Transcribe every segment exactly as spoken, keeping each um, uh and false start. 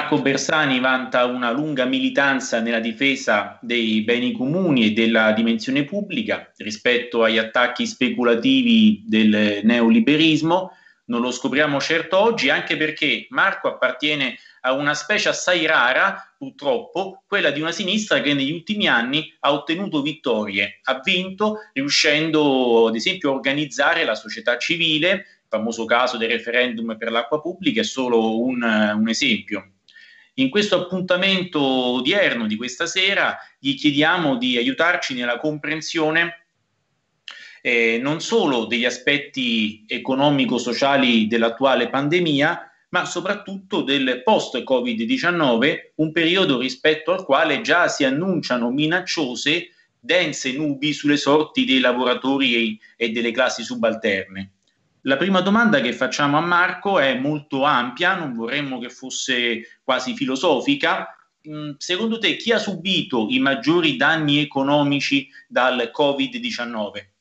Marco Bersani vanta una lunga militanza nella difesa dei beni comuni e della dimensione pubblica rispetto agli attacchi speculativi del neoliberismo. Non lo scopriamo certo oggi, anche perché Marco appartiene a una specie assai rara, purtroppo, quella di una sinistra che negli ultimi anni ha ottenuto vittorie, ha vinto, riuscendo ad esempio a organizzare la società civile. Il famoso caso del referendum per l'acqua pubblica è solo un, un esempio. In questo appuntamento odierno di questa sera gli chiediamo di aiutarci nella comprensione eh, non solo degli aspetti economico-sociali dell'attuale pandemia, ma soprattutto del post-Covid diciannove, un periodo rispetto al quale già si annunciano minacciose, dense nubi sulle sorti dei lavoratori e, e delle classi subalterne. La prima domanda che facciamo a Marco è molto ampia, non vorremmo che fosse quasi filosofica. Secondo te chi ha subito i maggiori danni economici dal Covid diciannove?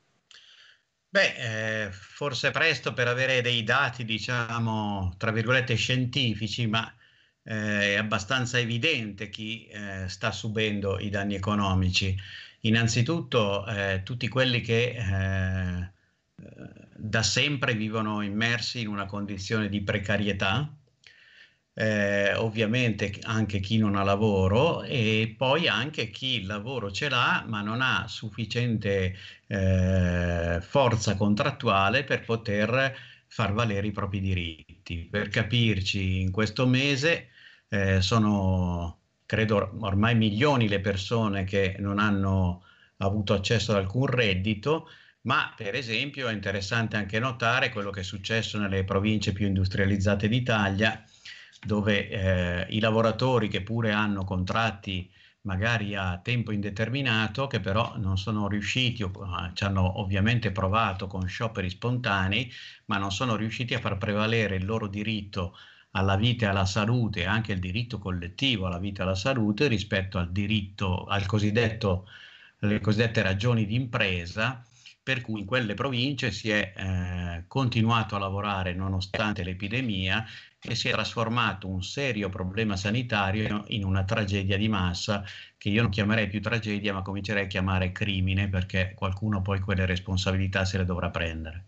Beh, eh, forse è presto per avere dei dati, diciamo, tra virgolette, scientifici, ma eh, è abbastanza evidente chi eh, sta subendo i danni economici. Innanzitutto, eh, tutti quelli che eh, da sempre vivono immersi in una condizione di precarietà, eh, ovviamente anche chi non ha lavoro e poi anche chi il lavoro ce l'ha ma non ha sufficiente eh, forza contrattuale per poter far valere i propri diritti. Per capirci, in questo mese eh, sono, credo, ormai milioni le persone che non hanno avuto accesso ad alcun reddito. Ma per esempio è interessante anche notare quello che è successo nelle province più industrializzate d'Italia, dove eh, i lavoratori che pure hanno contratti magari a tempo indeterminato, che però non sono riusciti, o, ci hanno ovviamente provato con scioperi spontanei, ma non sono riusciti a far prevalere il loro diritto alla vita e alla salute, anche il diritto collettivo alla vita e alla salute rispetto al diritto, al cosiddetto, alle cosiddette ragioni di impresa, per cui in quelle province si è eh, continuato a lavorare nonostante l'epidemia e si è trasformato un serio problema sanitario in una tragedia di massa che io non chiamerei più tragedia, ma comincerei a chiamare crimine, perché qualcuno poi quelle responsabilità se le dovrà prendere.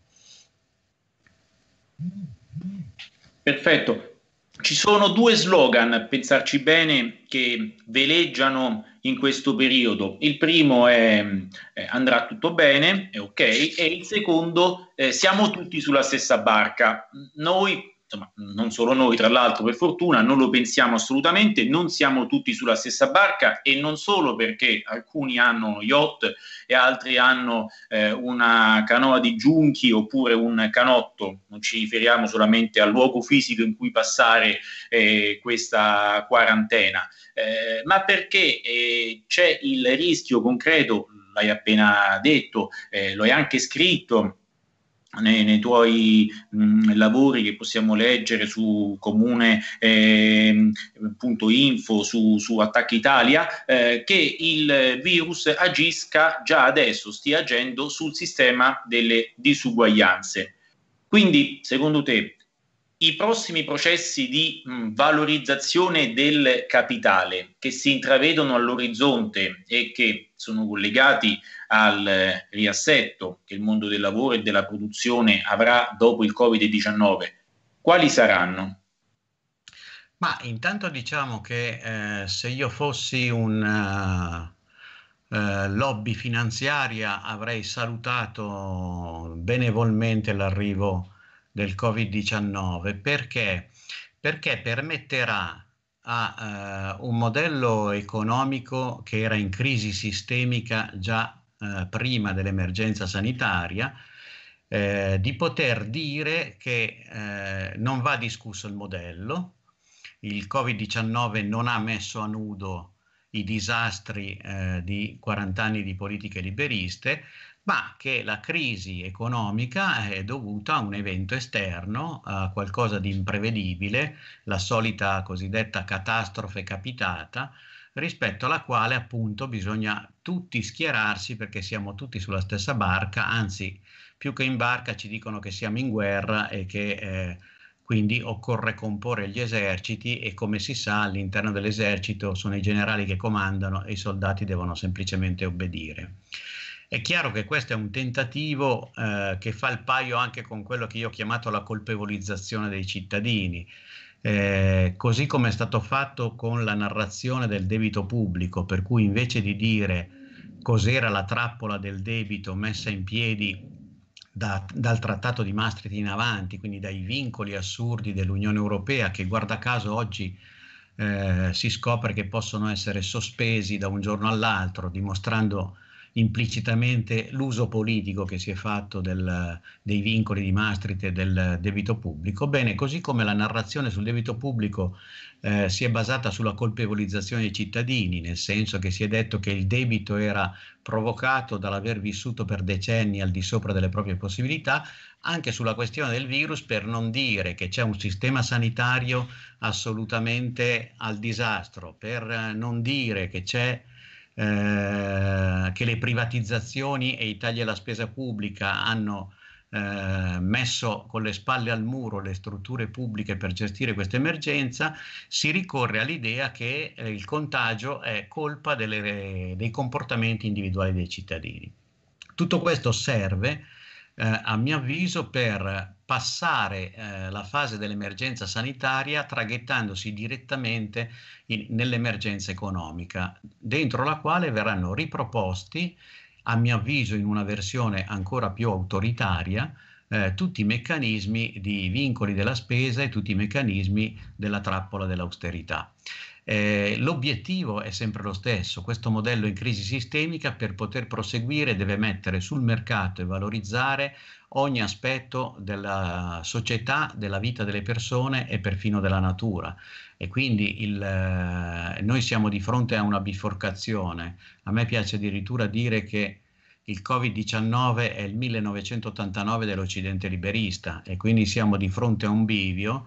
Perfetto. Ci sono due slogan, a pensarci bene, che veleggiano in questo periodo. Il primo è eh, andrà tutto bene, è ok, e il secondo eh, siamo tutti sulla stessa barca. Noi, insomma, non solo noi, tra l'altro, per fortuna, non lo pensiamo assolutamente, non siamo tutti sulla stessa barca e non solo perché alcuni hanno yacht e altri hanno eh, una canoa di giunchi oppure un canotto, non ci riferiamo solamente al luogo fisico in cui passare eh, questa quarantena, eh, ma perché eh, c'è il rischio concreto, l'hai appena detto, eh, lo hai anche scritto nei, nei tuoi mh, lavori che possiamo leggere su comune eh, punto info, su, su Attacca Italia, eh, che il virus agisca già adesso, stia agendo sul sistema delle disuguaglianze. Quindi, secondo te, i prossimi processi di mh, valorizzazione del capitale che si intravedono all'orizzonte e che sono collegati al eh, riassetto che il mondo del lavoro e della produzione avrà dopo il Covid diciannove, quali saranno? Ma intanto diciamo che eh, se io fossi un uh, uh, lobby finanziaria avrei salutato benevolmente l'arrivo del Covid diciannove. Perché? Perché permetterà a uh, un modello economico che era in crisi sistemica già uh, prima dell'emergenza sanitaria eh, di poter dire che eh, non va discusso il modello. Il Covid diciannove non ha messo a nudo i disastri eh, di quaranta anni di politiche liberiste, ma che la crisi economica è dovuta a un evento esterno, a qualcosa di imprevedibile, la solita cosiddetta catastrofe capitata, rispetto alla quale appunto bisogna tutti schierarsi perché siamo tutti sulla stessa barca, anzi più che in barca ci dicono che siamo in guerra e che eh, quindi occorre comporre gli eserciti e, come si sa, all'interno dell'esercito sono i generali che comandano e i soldati devono semplicemente obbedire. È chiaro che questo è un tentativo eh, che fa il paio anche con quello che io ho chiamato la colpevolizzazione dei cittadini, eh, così come è stato fatto con la narrazione del debito pubblico, per cui invece di dire cos'era la trappola del debito messa in piedi Da, dal Trattato di Maastricht in avanti, quindi dai vincoli assurdi dell'Unione Europea, che guarda caso oggi eh, si scopre che possono essere sospesi da un giorno all'altro, dimostrando implicitamente l'uso politico che si è fatto del, dei vincoli di Maastricht e del debito pubblico. Bene, così come la narrazione sul debito pubblico eh, si è basata sulla colpevolizzazione dei cittadini, nel senso che si è detto che il debito era provocato dall'aver vissuto per decenni al di sopra delle proprie possibilità, anche sulla questione del virus, per non dire che c'è un sistema sanitario assolutamente al disastro, per non dire che c'è eh, che le privatizzazioni e i tagli alla spesa pubblica hanno eh, messo con le spalle al muro le strutture pubbliche per gestire questa emergenza, si ricorre all'idea che eh, il contagio è colpa delle, dei comportamenti individuali dei cittadini. Tutto questo serve, eh, a mio avviso, per passare eh, la fase dell'emergenza sanitaria traghettandosi direttamente nell'emergenza economica, dentro la quale verranno riproposti, a mio avviso in una versione ancora più autoritaria, eh, tutti i meccanismi di vincoli della spesa e tutti i meccanismi della trappola dell'austerità. Eh, l'obiettivo è sempre lo stesso: questo modello in crisi sistemica, per poter proseguire, deve mettere sul mercato e valorizzare ogni aspetto della società, della vita delle persone e perfino della natura. E quindi il, eh, noi siamo di fronte a una biforcazione. A me piace addirittura dire che il Covid diciannove è il millenovecentottantanove dell'Occidente liberista, e quindi siamo di fronte a un bivio.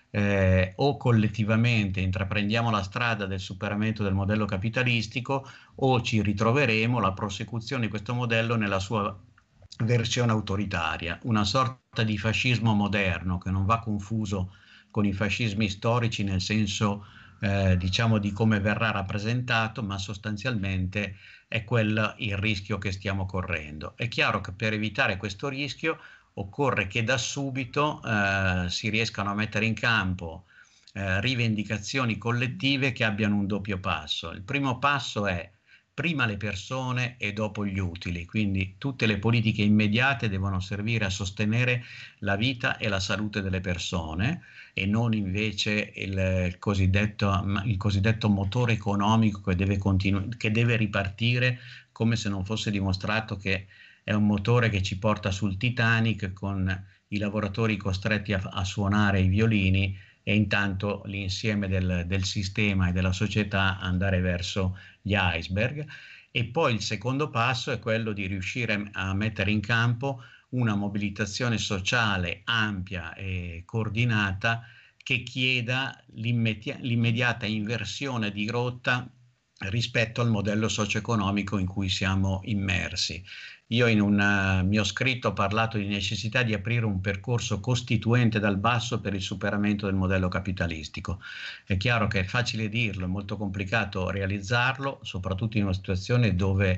Eh, o collettivamente intraprendiamo la strada del superamento del modello capitalistico, o ci ritroveremo la prosecuzione di questo modello nella sua versione autoritaria, una sorta di fascismo moderno che non va confuso con i fascismi storici nel senso eh, diciamo di come verrà rappresentato, ma sostanzialmente è quello il rischio che stiamo correndo. È chiaro che per evitare questo rischio occorre che da subito eh, si riescano a mettere in campo eh, rivendicazioni collettive che abbiano un doppio passo. Il primo passo è prima le persone e dopo gli utili, quindi tutte le politiche immediate devono servire a sostenere la vita e la salute delle persone e non invece il, il, cosiddetto, il cosiddetto motore economico che deve, continu- che deve ripartire come se non fosse dimostrato che è un motore che ci porta sul Titanic con i lavoratori costretti a, a suonare i violini e intanto l'insieme del, del sistema e della società andare verso gli iceberg. E poi il secondo passo è quello di riuscire a mettere in campo una mobilitazione sociale ampia e coordinata che chieda l'immedi- l'immediata inversione di rotta rispetto al modello socio-economico in cui siamo immersi. Io in un uh, mio scritto ho parlato di necessità di aprire un percorso costituente dal basso per il superamento del modello capitalistico. È chiaro che è facile dirlo, è molto complicato realizzarlo, soprattutto in una situazione dove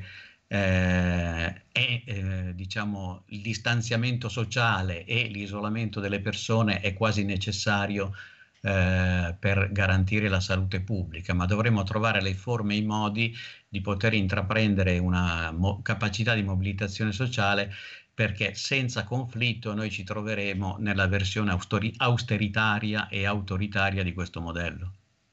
eh, è, eh, diciamo, il distanziamento sociale e l'isolamento delle persone è quasi necessario eh, per garantire la salute pubblica, ma dovremo trovare le forme e i modi di poter intraprendere una mo- capacità di mobilitazione sociale, perché senza conflitto noi ci troveremo nella versione austori- austeritaria e autoritaria di questo modello.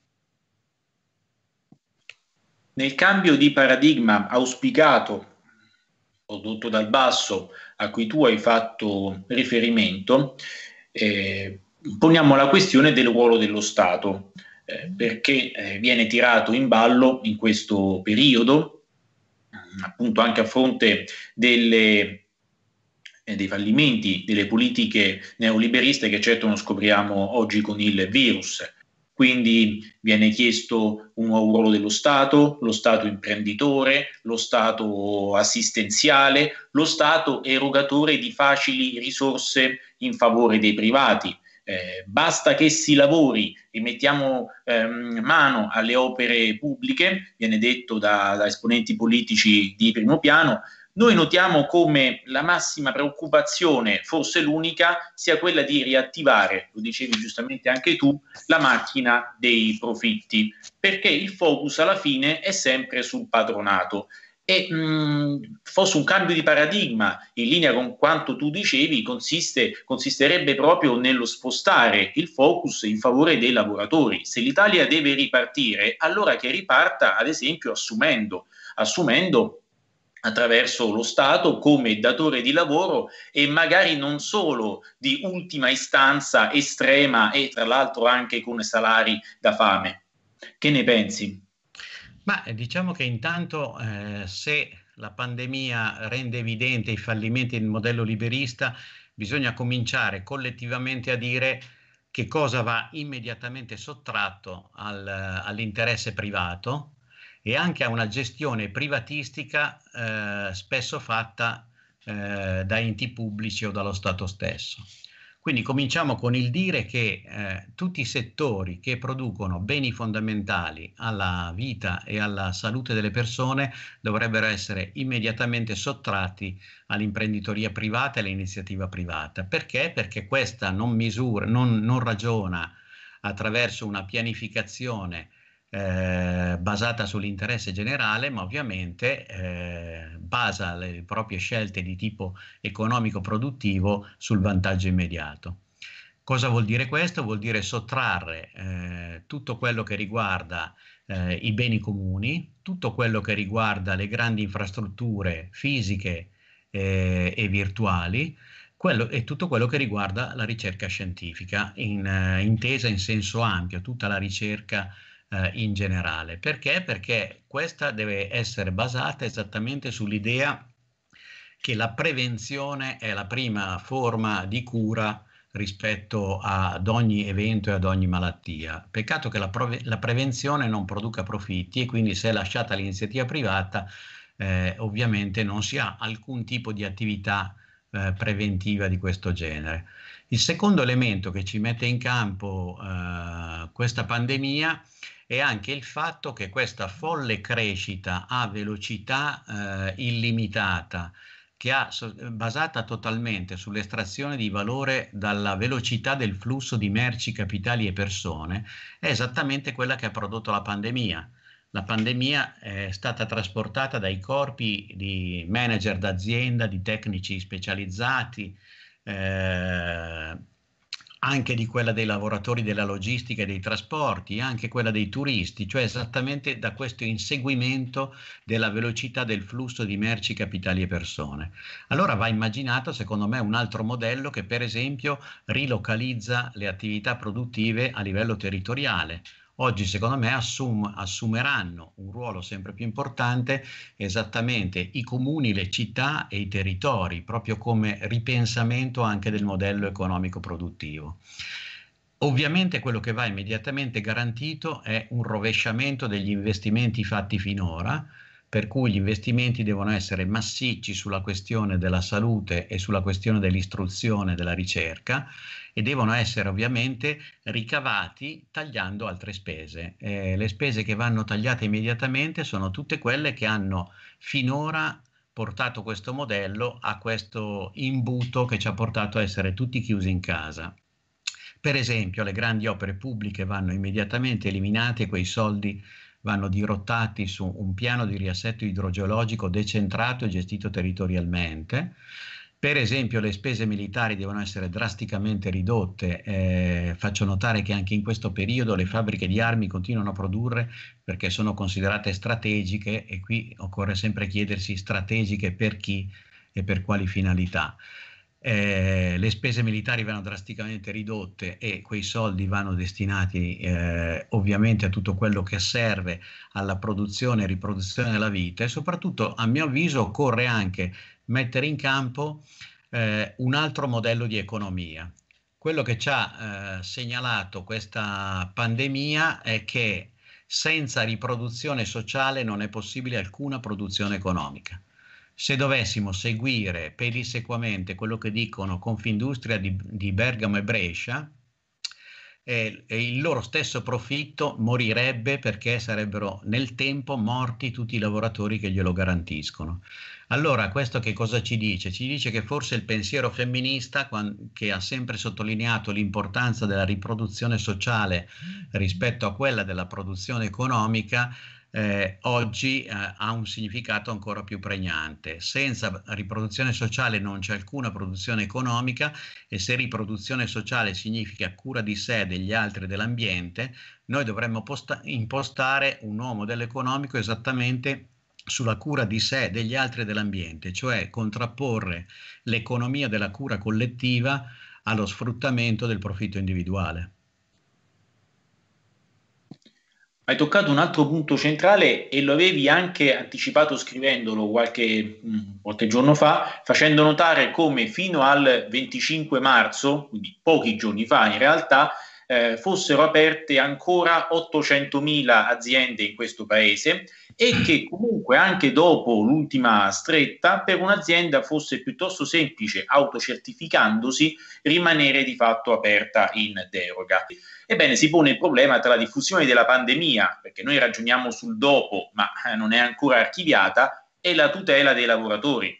Nel cambio di paradigma auspicato, prodotto dal basso, a cui tu hai fatto riferimento, eh, poniamo la questione del ruolo dello Stato, eh, perché eh, viene tirato in ballo in questo periodo, appunto anche a fronte delle, eh, dei fallimenti delle politiche neoliberiste che certo non scopriamo oggi con il virus. Quindi viene chiesto un nuovo ruolo dello Stato, lo Stato imprenditore, lo Stato assistenziale, lo Stato erogatore di facili risorse in favore dei privati. Eh, basta che si lavori, rimettiamo ehm, mano alle opere pubbliche, viene detto da, da esponenti politici di primo piano. Noi notiamo come la massima preoccupazione, forse l'unica, sia quella di riattivare, lo dicevi giustamente anche tu, la macchina dei profitti, perché il focus alla fine è sempre sul patronato. E mh, fosse un cambio di paradigma in linea con quanto tu dicevi, consiste, consisterebbe proprio nello spostare il focus in favore dei lavoratori. Se l'Italia deve ripartire, allora che riparta ad esempio assumendo, assumendo attraverso lo Stato come datore di lavoro e magari non solo di ultima istanza estrema e tra l'altro anche con salari da fame. Che ne pensi? Ma diciamo che intanto eh, se la pandemia rende evidente i fallimenti del modello liberista, bisogna cominciare collettivamente a dire che cosa va immediatamente sottratto al, all'interesse privato e anche a una gestione privatistica eh, spesso fatta eh, da enti pubblici o dallo Stato stesso. Quindi cominciamo con il dire che eh, tutti i settori che producono beni fondamentali alla vita e alla salute delle persone dovrebbero essere immediatamente sottratti all'imprenditoria privata e all'iniziativa privata. Perché? Perché questa non misura, non, non ragiona attraverso una pianificazione eh, basata sull'interesse generale, ma ovviamente eh, basa le proprie scelte di tipo economico-produttivo sul vantaggio immediato. Cosa vuol dire questo? Vuol dire sottrarre eh, tutto quello che riguarda eh, i beni comuni, tutto quello che riguarda le grandi infrastrutture fisiche eh, e virtuali, quello, e tutto quello che riguarda la ricerca scientifica, in, eh, intesa in senso ampio, tutta la ricerca eh, in generale. Perché? Perché questa deve essere basata esattamente sull'idea che la prevenzione è la prima forma di cura rispetto ad ogni evento e ad ogni malattia. Peccato che la, la prevenzione non produca profitti e quindi se è lasciata all'iniziativa privata eh, ovviamente non si ha alcun tipo di attività eh, preventiva di questo genere. Il secondo elemento che ci mette in campo eh, questa pandemia è anche il fatto che questa folle crescita a velocità eh, illimitata, che ha basata totalmente sull'estrazione di valore dalla velocità del flusso di merci, capitali e persone, è esattamente quella che ha prodotto la pandemia. La pandemia è stata trasportata dai corpi di manager d'azienda, di tecnici specializzati, eh, anche di quella dei lavoratori della logistica e dei trasporti, anche quella dei turisti, cioè esattamente da questo inseguimento della velocità del flusso di merci, capitali e persone. Allora va immaginato, secondo me, un altro modello che per esempio rilocalizza le attività produttive a livello territoriale. Oggi secondo me assum, assumeranno un ruolo sempre più importante esattamente i comuni, le città e i territori, proprio come ripensamento anche del modello economico produttivo. Ovviamente quello che va immediatamente garantito è un rovesciamento degli investimenti fatti finora, per cui gli investimenti devono essere massicci sulla questione della salute e sulla questione dell'istruzione e della ricerca e devono essere ovviamente ricavati tagliando altre spese. Eh, le spese che vanno tagliate immediatamente sono tutte quelle che hanno finora portato questo modello a questo imbuto che ci ha portato a essere tutti chiusi in casa. Per esempio, le grandi opere pubbliche vanno immediatamente eliminate, quei soldi vanno dirottati su un piano di riassetto idrogeologico decentrato e gestito territorialmente. Per esempio le spese militari devono essere drasticamente ridotte, eh, faccio notare che anche in questo periodo le fabbriche di armi continuano a produrre perché sono considerate strategiche e qui occorre sempre chiedersi strategiche per chi e per quali finalità. Eh, le spese militari vanno drasticamente ridotte e quei soldi vanno destinati eh, ovviamente a tutto quello che serve alla produzione e riproduzione della vita e soprattutto a mio avviso occorre anche mettere in campo eh, un altro modello di economia. Quello che ci ha eh, segnalato questa pandemia è che senza riproduzione sociale non è possibile alcuna produzione economica. Se dovessimo seguire pedissequamente quello che dicono Confindustria di, di Bergamo e Brescia, e, e il loro stesso profitto morirebbe perché sarebbero nel tempo morti tutti i lavoratori che glielo garantiscono. Allora, questo che cosa ci dice? Ci dice che forse il pensiero femminista, che ha sempre sottolineato l'importanza della riproduzione sociale rispetto a quella della produzione economica, eh, oggi eh, ha un significato ancora più pregnante. Senza riproduzione sociale non c'è alcuna produzione economica, e se riproduzione sociale significa cura di sé, degli altri e dell'ambiente, noi dovremmo impostare un nuovo modello economico esattamente sulla cura di sé, degli altri e dell'ambiente, cioè contrapporre l'economia della cura collettiva allo sfruttamento del profitto individuale. Hai toccato un altro punto centrale e lo avevi anche anticipato scrivendolo qualche, mh, qualche giorno fa, facendo notare come fino al venticinque marzo, quindi pochi giorni fa in realtà, eh, fossero aperte ancora ottocentomila aziende in questo paese e che comunque anche dopo l'ultima stretta per un'azienda fosse piuttosto semplice, autocertificandosi, rimanere di fatto aperta in deroga. Ebbene, si pone il problema tra la diffusione della pandemia, perché noi ragioniamo sul dopo, ma non è ancora archiviata, e la tutela dei lavoratori.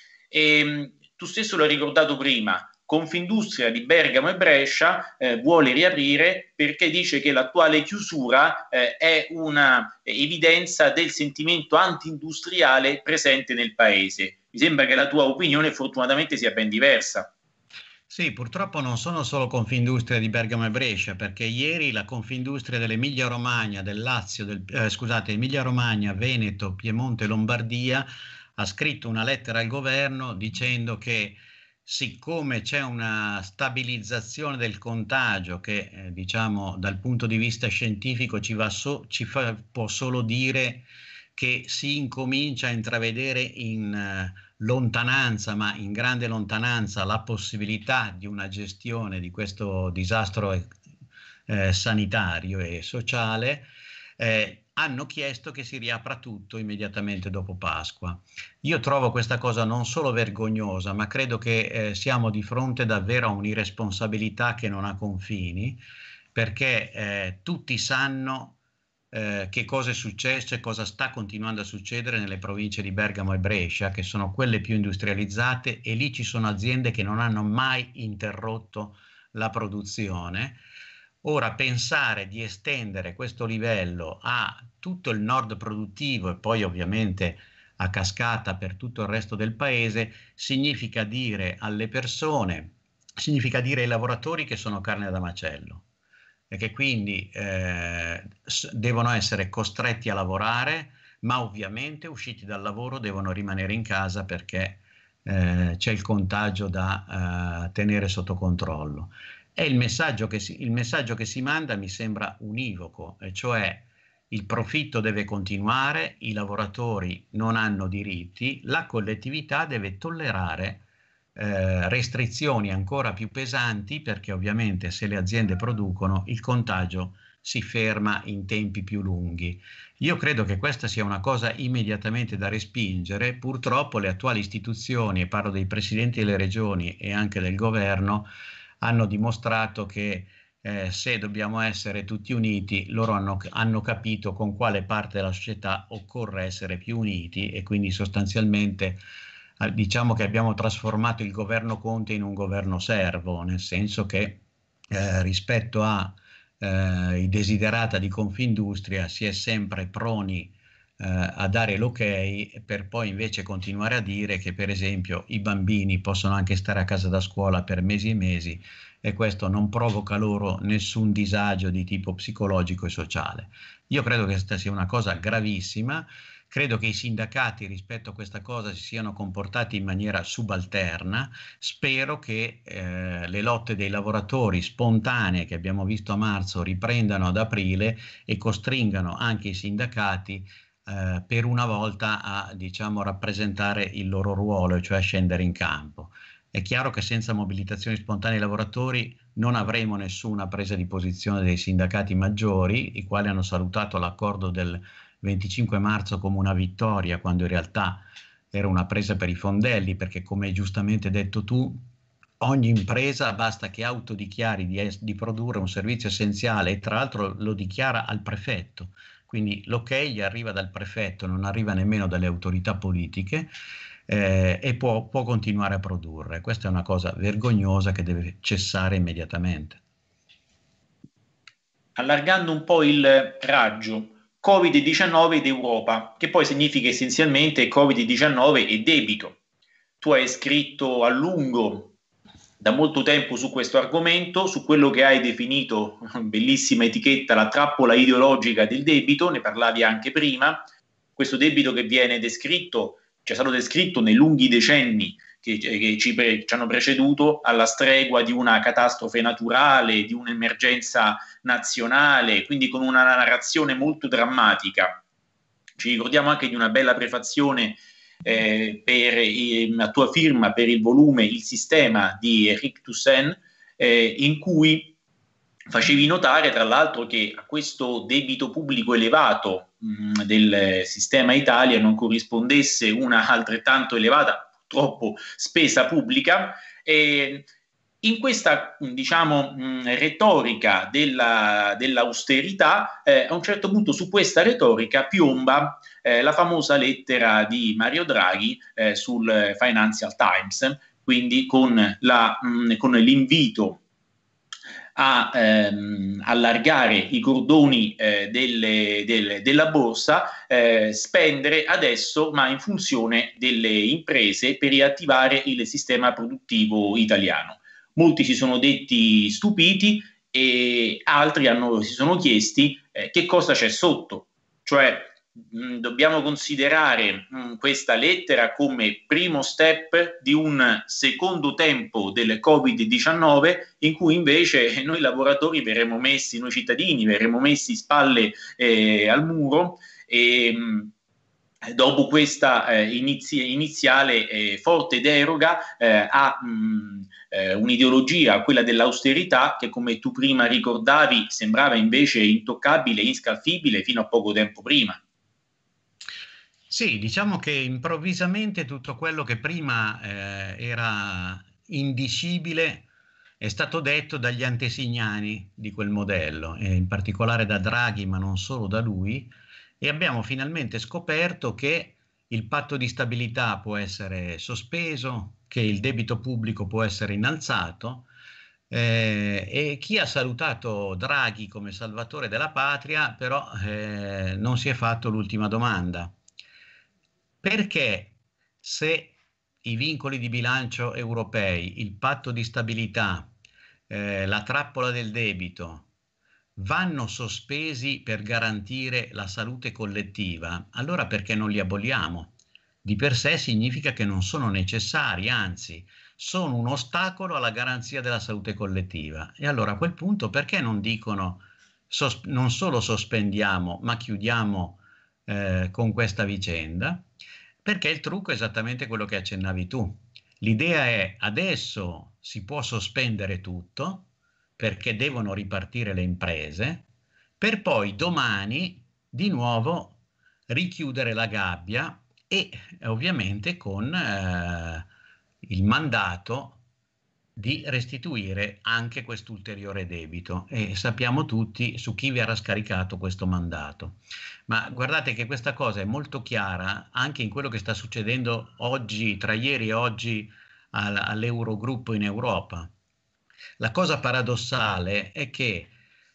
E, tu stesso l'hai ricordato prima, Confindustria di Bergamo e Brescia eh, vuole riaprire perché dice che l'attuale chiusura eh, è una evidenza del sentimento anti-industriale presente nel paese. Mi sembra che la tua opinione fortunatamente sia ben diversa. Sì, purtroppo non sono solo Confindustria di Bergamo e Brescia, perché ieri la Confindustria dell'Emilia Romagna, del Lazio, del, eh, scusate, Emilia Romagna, Veneto, Piemonte e Lombardia ha scritto una lettera al governo dicendo che siccome c'è una stabilizzazione del contagio che eh, diciamo dal punto di vista scientifico ci, va so, ci fa, può solo dire che si incomincia a intravedere in eh, lontananza, ma in grande lontananza, la possibilità di una gestione di questo disastro eh, sanitario e sociale, eh, hanno chiesto che si riapra tutto immediatamente dopo Pasqua. Io trovo questa cosa non solo vergognosa, ma credo che eh, siamo di fronte davvero a un'irresponsabilità che non ha confini, perché eh, tutti sanno Eh, che cosa è successo e cosa sta continuando a succedere nelle province di Bergamo e Brescia, che sono quelle più industrializzate, e lì ci sono aziende che non hanno mai interrotto la produzione. Ora, pensare di estendere questo livello a tutto il nord produttivo e poi ovviamente a cascata per tutto il resto del paese significa dire alle persone, significa dire ai lavoratori che sono carne da macello, e che quindi eh, devono essere costretti a lavorare, ma ovviamente usciti dal lavoro devono rimanere in casa perché eh, c'è il contagio da eh, tenere sotto controllo. E il messaggio che si, il messaggio che si manda mi sembra univoco, e cioè il profitto deve continuare, i lavoratori non hanno diritti, la collettività deve tollerare Eh, restrizioni ancora più pesanti, perché ovviamente se le aziende producono il contagio si ferma in tempi più lunghi. Io credo che questa sia una cosa immediatamente da respingere. Purtroppo le attuali istituzioni, e parlo dei presidenti delle regioni e anche del governo, hanno dimostrato che eh, se dobbiamo essere tutti uniti, loro hanno, hanno capito con quale parte della società occorre essere più uniti, e quindi sostanzialmente diciamo che abbiamo trasformato il governo Conte in un governo servo, nel senso che eh, rispetto ai eh, desiderata di Confindustria si è sempre proni eh, a dare l'ok, per poi invece continuare a dire che per esempio i bambini possono anche stare a casa da scuola per mesi e mesi, e questo non provoca loro nessun disagio di tipo psicologico e sociale. Io credo che questa sia una cosa gravissima. Credo che i sindacati rispetto a questa cosa si siano comportati in maniera subalterna. Spero che eh, le lotte dei lavoratori spontanee che abbiamo visto a marzo riprendano ad aprile e costringano anche i sindacati eh, per una volta a, diciamo, rappresentare il loro ruolo, cioè a scendere in campo. È chiaro che senza mobilitazioni spontanee dei lavoratori non avremo nessuna presa di posizione dei sindacati maggiori, i quali hanno salutato l'accordo del venticinque marzo come una vittoria, quando in realtà era una presa per i fondelli, perché come hai giustamente detto tu, ogni impresa basta che autodichiari di, es- di produrre un servizio essenziale e tra l'altro lo dichiara al prefetto. Quindi l'ok gli arriva dal prefetto, non arriva nemmeno dalle autorità politiche, eh, e può, può continuare a produrre. Questa è una cosa vergognosa che deve cessare immediatamente. Allargando un po' il raggio, Covid diciannove ed Europa, che poi significa essenzialmente Covid diciannove e debito. Tu hai scritto a lungo da molto tempo su questo argomento, su quello che hai definito, bellissima etichetta, la trappola ideologica del debito, ne parlavi anche prima, questo debito che viene descritto, cioè è stato descritto nei lunghi decenni che, che ci, pre, ci hanno preceduto alla stregua di una catastrofe naturale, di un'emergenza nazionale, quindi con una narrazione molto drammatica. Ci ricordiamo anche di una bella prefazione eh, per eh, la tua firma per il volume Il sistema di Eric Toussaint, eh, in cui facevi notare tra l'altro che a questo debito pubblico elevato mh, del sistema Italia non corrispondesse una altrettanto elevata, purtroppo, spesa pubblica. E in questa, diciamo, mh, retorica della, dell'austerità, eh, a un certo punto su questa retorica piomba eh, la famosa lettera di Mario Draghi eh, sul Financial Times, quindi con, la, mh, con l'invito a ehm, allargare i cordoni eh, delle, delle, della borsa, eh, spendere adesso, ma in funzione delle imprese per riattivare il sistema produttivo italiano. Molti si sono detti stupiti e altri hanno, si sono chiesti eh, che cosa c'è sotto, cioè mh, dobbiamo considerare mh, questa lettera come primo step di un secondo tempo del Covid diciannove in cui invece noi lavoratori verremo messi, noi cittadini verremo messi spalle eh, al muro e mh, dopo questa eh, inizi- iniziale eh, forte deroga eh, a mh, eh, un'ideologia, quella dell'austerità, che come tu prima ricordavi sembrava invece intoccabile, inscalfibile fino a poco tempo prima. Sì, diciamo che improvvisamente tutto quello che prima eh, era indicibile è stato detto dagli antesignani di quel modello, e in particolare da Draghi, ma non solo da lui, e abbiamo finalmente scoperto che il patto di stabilità può essere sospeso, che il debito pubblico può essere innalzato, eh, e chi ha salutato Draghi come salvatore della patria, però eh, non si è fatto l'ultima domanda. Perché se i vincoli di bilancio europei, il patto di stabilità, eh, la trappola del debito vanno sospesi per garantire la salute collettiva, allora perché non li aboliamo? Di per sé significa che non sono necessari, anzi, sono un ostacolo alla garanzia della salute collettiva. E allora a quel punto perché non dicono sos- non solo sospendiamo, ma chiudiamo eh, con questa vicenda? Perché il trucco è esattamente quello che accennavi tu. L'idea è adesso si può sospendere tutto perché devono ripartire le imprese, per poi domani di nuovo richiudere la gabbia e ovviamente con eh, il mandato di restituire anche quest'ulteriore debito, e sappiamo tutti su chi verrà scaricato questo mandato. Ma guardate che questa cosa è molto chiara anche in quello che sta succedendo oggi, tra ieri e oggi, al, all'Eurogruppo in Europa. La cosa paradossale è che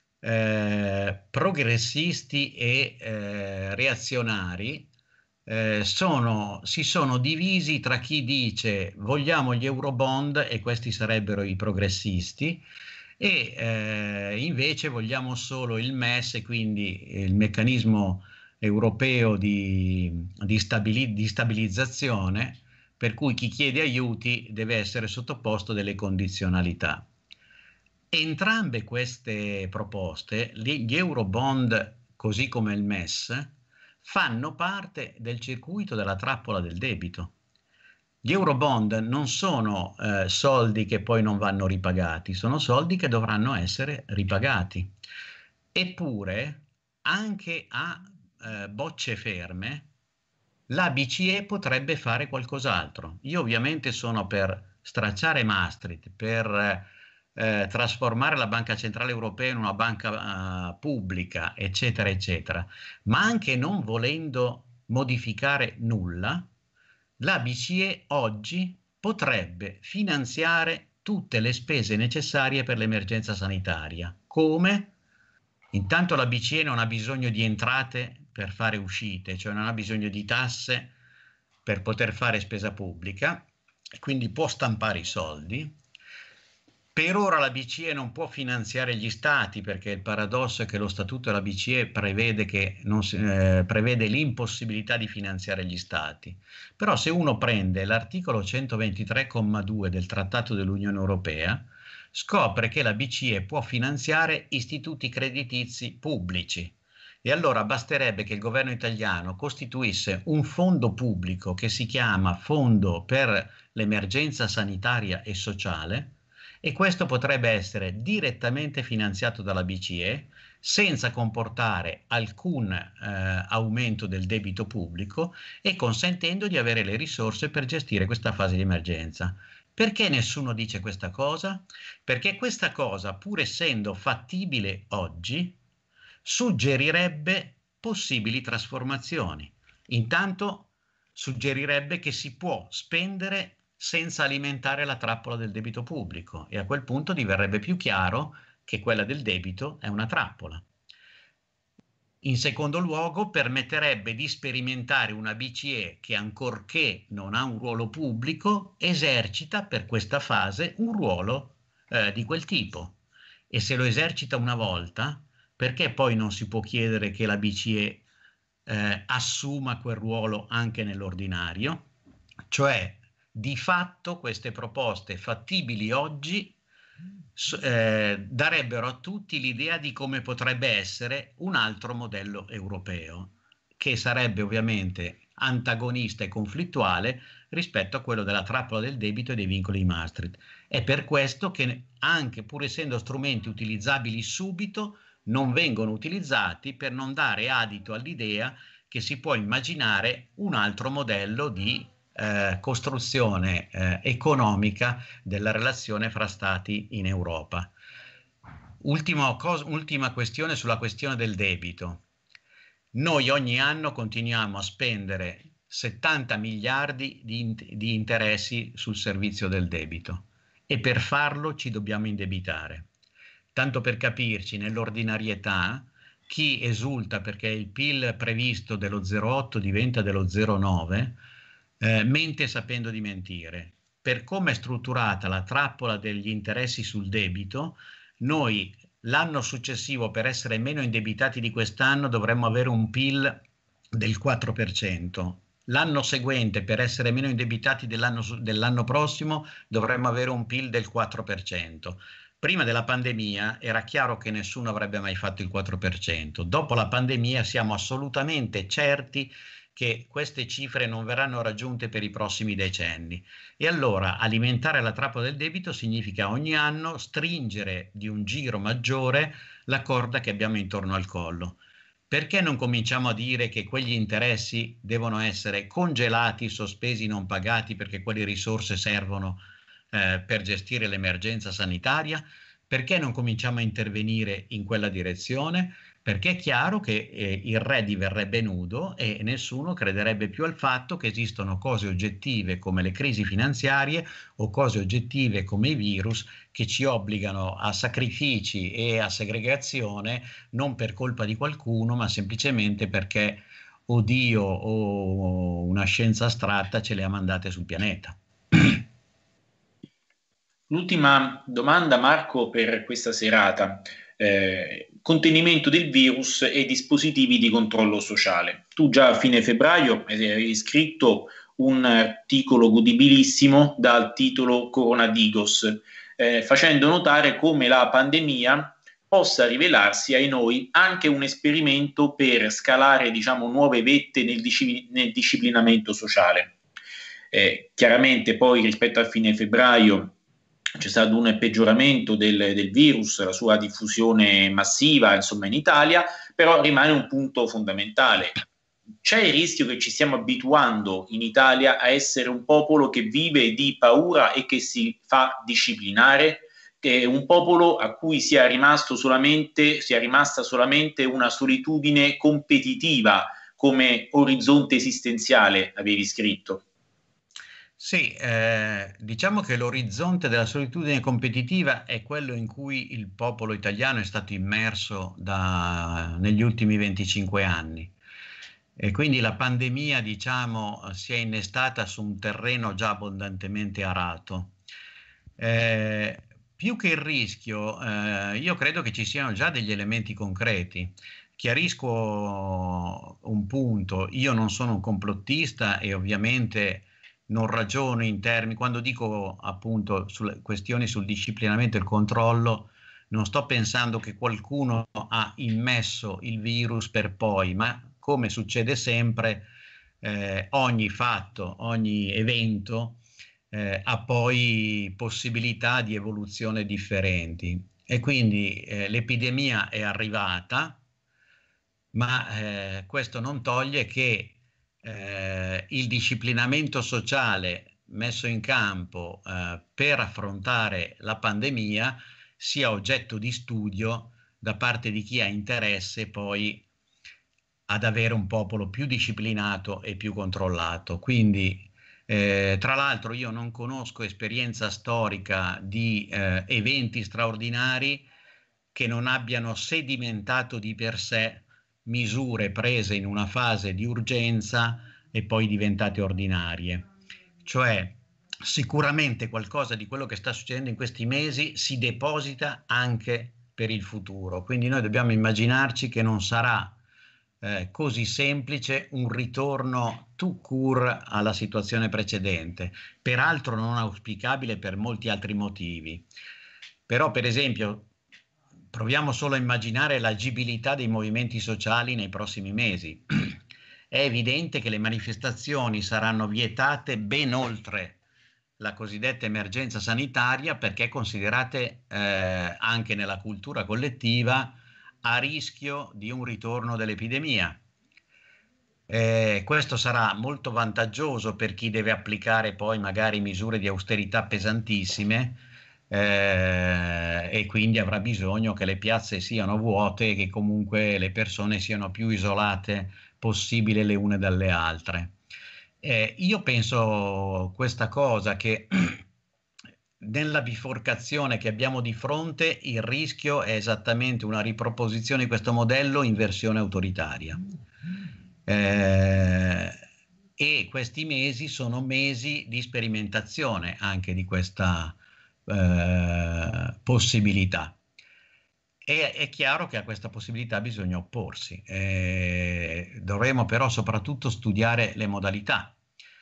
eh, progressisti e eh, reazionari eh, sono, si sono divisi tra chi dice vogliamo gli Eurobond, e questi sarebbero i progressisti, e eh, invece vogliamo solo il M E S, e quindi il meccanismo europeo di, di, stabili- di stabilizzazione, per cui chi chiede aiuti deve essere sottoposto delle condizionalità. Entrambe queste proposte, gli Eurobond così come il M E S, fanno parte del circuito della trappola del debito. Gli Eurobond non sono eh, soldi che poi non vanno ripagati, sono soldi che dovranno essere ripagati. Eppure, anche a eh, bocce ferme, la B C E potrebbe fare qualcos'altro. Io ovviamente sono per stracciare Maastricht, per eh, trasformare la Banca Centrale Europea in una banca uh, pubblica, eccetera, eccetera, ma anche non volendo modificare nulla, la B C E oggi potrebbe finanziare tutte le spese necessarie per l'emergenza sanitaria. Come? Intanto la B C E non ha bisogno di entrate per fare uscite, cioè non ha bisogno di tasse per poter fare spesa pubblica, e quindi può stampare i soldi. Per ora la B C E non può finanziare gli stati, perché il paradosso è che lo statuto della B C E prevede, che non si, eh, prevede l'impossibilità di finanziare gli stati. Però se uno prende l'articolo centoventitré comma due del Trattato dell'Unione Europea, scopre che la B C E può finanziare istituti creditizi pubblici. E allora basterebbe che il governo italiano costituisse un fondo pubblico che si chiama Fondo per l'Emergenza Sanitaria e Sociale, e questo potrebbe essere direttamente finanziato dalla B C E senza comportare alcun eh, aumento del debito pubblico e consentendo di avere le risorse per gestire questa fase di emergenza. Perché nessuno dice questa cosa? Perché questa cosa, pur essendo fattibile oggi, suggerirebbe possibili trasformazioni. Intanto suggerirebbe che si può spendere senza alimentare la trappola del debito pubblico, e a quel punto diverrebbe più chiaro che quella del debito è una trappola. In secondo luogo, permetterebbe di sperimentare una B C E che, ancorché non ha un ruolo pubblico, esercita per questa fase un ruolo eh, di quel tipo. E se lo esercita una volta, perché poi non si può chiedere che la B C E eh, assuma quel ruolo anche nell'ordinario? Cioè, di fatto queste proposte fattibili oggi eh, darebbero a tutti l'idea di come potrebbe essere un altro modello europeo, che sarebbe ovviamente antagonista e conflittuale rispetto a quello della trappola del debito e dei vincoli di Maastricht. È per questo che, anche pur essendo strumenti utilizzabili subito, non vengono utilizzati, per non dare adito all'idea che si può immaginare un altro modello di Eh, costruzione eh, economica della relazione fra stati in Europa. Ultimo cos- ultima questione sulla questione del debito. Noi ogni anno continuiamo a spendere settanta miliardi di, in- di interessi sul servizio del debito, e per farlo ci dobbiamo indebitare. Tanto per capirci, nell'ordinarietà, chi esulta perché il P I L previsto dello zero virgola otto diventa dello zero virgola nove Eh, mente sapendo di mentire. Per come è strutturata la trappola degli interessi sul debito, noi l'anno successivo, per essere meno indebitati di quest'anno, dovremmo avere un P I L del quattro per cento. L'anno seguente, per essere meno indebitati dell'anno dell'anno prossimo, dovremmo avere un P I L del quattro per cento. Prima della pandemia era chiaro che nessuno avrebbe mai fatto il quattro per cento. Dopo la pandemia siamo assolutamente certi che queste cifre non verranno raggiunte per i prossimi decenni. E allora alimentare la trappola del debito significa ogni anno stringere di un giro maggiore la corda che abbiamo intorno al collo. Perché non cominciamo a dire che quegli interessi devono essere congelati, sospesi, non pagati, perché quelle risorse servono eh, per gestire l'emergenza sanitaria? Perché non cominciamo a intervenire in quella direzione? Perché è chiaro che eh, il re diverrebbe nudo e nessuno crederebbe più al fatto che esistono cose oggettive come le crisi finanziarie o cose oggettive come i virus che ci obbligano a sacrifici e a segregazione, non per colpa di qualcuno, ma semplicemente perché o Dio o una scienza astratta ce le ha mandate sul pianeta. L'ultima domanda, Marco, per questa serata. Eh, contenimento del virus e dispositivi di controllo sociale. Tu già a fine febbraio hai scritto un articolo godibilissimo dal titolo Coronadigos, eh, facendo notare come la pandemia possa rivelarsi ai noi anche un esperimento per scalare, diciamo, nuove vette nel, disci- nel disciplinamento sociale. Eh, chiaramente poi rispetto a fine febbraio c'è stato un peggioramento del, del virus, la sua diffusione massiva, insomma, in Italia, però rimane un punto fondamentale. c'è il rischio che ci stiamo abituando in Italia a essere un popolo che vive di paura e che si fa disciplinare, che è un popolo a cui sia rimasto solamente, sia rimasta solamente una solitudine competitiva come orizzonte esistenziale, avevi scritto. Sì, eh, diciamo che l'orizzonte della solitudine competitiva è quello in cui il popolo italiano è stato immerso da, negli ultimi venticinque anni. E quindi la pandemia, diciamo, si è innestata su un terreno già abbondantemente arato. Eh, più che il rischio, eh, io credo che ci siano già degli elementi concreti. Chiarisco un punto: io non sono un complottista e ovviamente non ragiono in termini, quando dico appunto sulle questioni sul disciplinamento e il controllo, non sto pensando che qualcuno ha immesso il virus per poi, ma come succede sempre, eh, ogni fatto, ogni evento eh, ha poi possibilità di evoluzione differenti. E quindi eh, l'epidemia è arrivata, ma eh, questo non toglie che eh, il disciplinamento sociale messo in campo eh, per affrontare la pandemia sia oggetto di studio da parte di chi ha interesse poi ad avere un popolo più disciplinato e più controllato. Quindi, eh, tra l'altro, io non conosco esperienza storica di eh, eventi straordinari che non abbiano sedimentato di per sé misure prese in una fase di urgenza e poi diventate ordinarie. Cioè, sicuramente qualcosa di quello che sta succedendo in questi mesi si deposita anche per il futuro. Quindi noi dobbiamo immaginarci che non sarà eh, così semplice un ritorno tout court alla situazione precedente, peraltro non auspicabile per molti altri motivi. Però, per esempio, proviamo solo a immaginare l'agibilità dei movimenti sociali nei prossimi mesi. È evidente che le manifestazioni saranno vietate ben oltre la cosiddetta emergenza sanitaria, perché considerate eh, anche nella cultura collettiva a rischio di un ritorno dell'epidemia. Eh, questo sarà molto vantaggioso per chi deve applicare poi magari misure di austerità pesantissime, eh, e quindi avrà bisogno che le piazze siano vuote e che comunque le persone siano più isolate possibile le une dalle altre. Eh, io penso questa cosa, che nella biforcazione che abbiamo di fronte il rischio è esattamente una riproposizione di questo modello in versione autoritaria. Eh, e questi mesi sono mesi di sperimentazione anche di questa eh, possibilità. E è chiaro che a questa possibilità bisogna opporsi. Eh, dovremo però soprattutto studiare le modalità.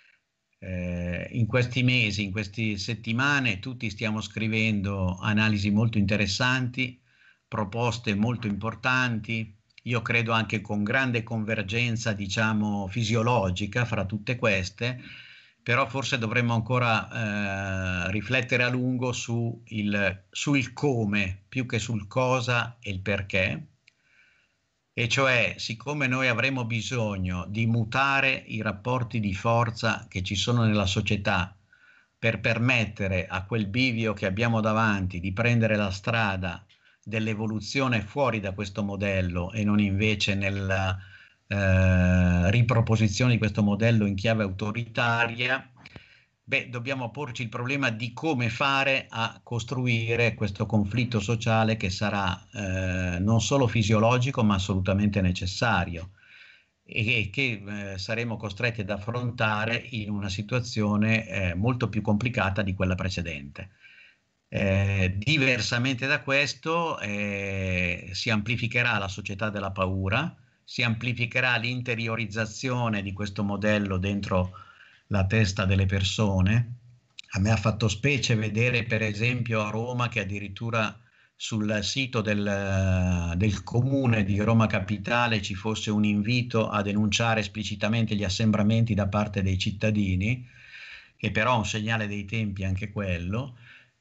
Eh, in questi mesi, in queste settimane, tutti stiamo scrivendo analisi molto interessanti, proposte molto importanti. Io credo anche con grande convergenza, diciamo, fisiologica fra tutte queste, però forse dovremmo ancora eh, riflettere a lungo su il, sul come più che sul cosa e il perché. E cioè, siccome noi avremo bisogno di mutare i rapporti di forza che ci sono nella società per permettere a quel bivio che abbiamo davanti di prendere la strada dell'evoluzione fuori da questo modello e non invece nella eh, riproposizione di questo modello in chiave autoritaria, beh, dobbiamo porci il problema di come fare a costruire questo conflitto sociale che sarà eh, non solo fisiologico ma assolutamente necessario, e che eh, saremo costretti ad affrontare in una situazione eh, molto più complicata di quella precedente. Eh, diversamente da questo eh, si amplificherà la società della paura, si amplificherà l'interiorizzazione di questo modello dentro la testa delle persone. A me ha fatto specie vedere per esempio a Roma che addirittura sul sito del, del comune di Roma Capitale ci fosse un invito a denunciare esplicitamente gli assembramenti da parte dei cittadini, che però è un segnale dei tempi anche quello.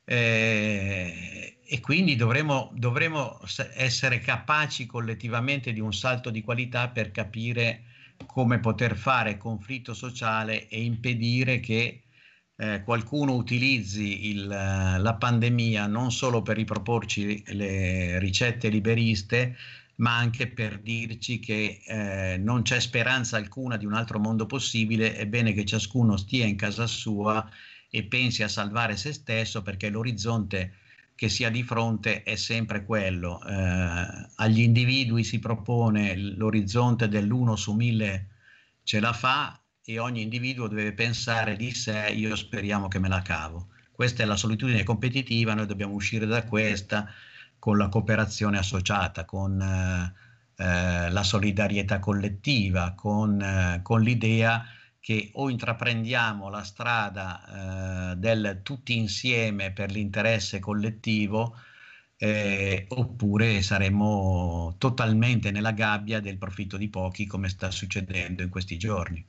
Eh, e quindi dovremo, dovremo essere capaci collettivamente di un salto di qualità per capire come poter fare conflitto sociale e impedire che eh, qualcuno utilizzi il, la pandemia non solo per riproporci le ricette liberiste, ma anche per dirci che eh, non c'è speranza alcuna di un altro mondo possibile. È bene che ciascuno stia in casa sua e pensi a salvare se stesso, perché l'orizzonte che si ha di fronte è sempre quello. Eh, agli individui si propone l'orizzonte dell'uno su mille ce la fa, e ogni individuo deve pensare di sé: io speriamo che me la cavo. Questa è la solitudine competitiva, noi dobbiamo uscire da questa con la cooperazione associata, con eh, eh, la solidarietà collettiva, con, eh, con l'idea che o intraprendiamo la strada eh, del tutti insieme per l'interesse collettivo, eh, oppure saremo totalmente nella gabbia del profitto di pochi, come sta succedendo in questi giorni.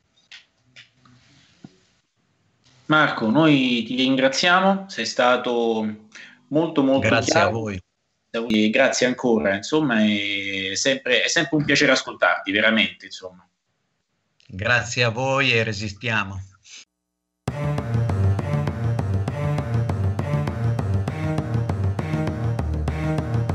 Marco, noi ti ringraziamo, sei stato molto molto Grazie chiaro. a voi. E grazie ancora, insomma, è sempre, è sempre un piacere ascoltarti, veramente, insomma. Grazie a voi e resistiamo.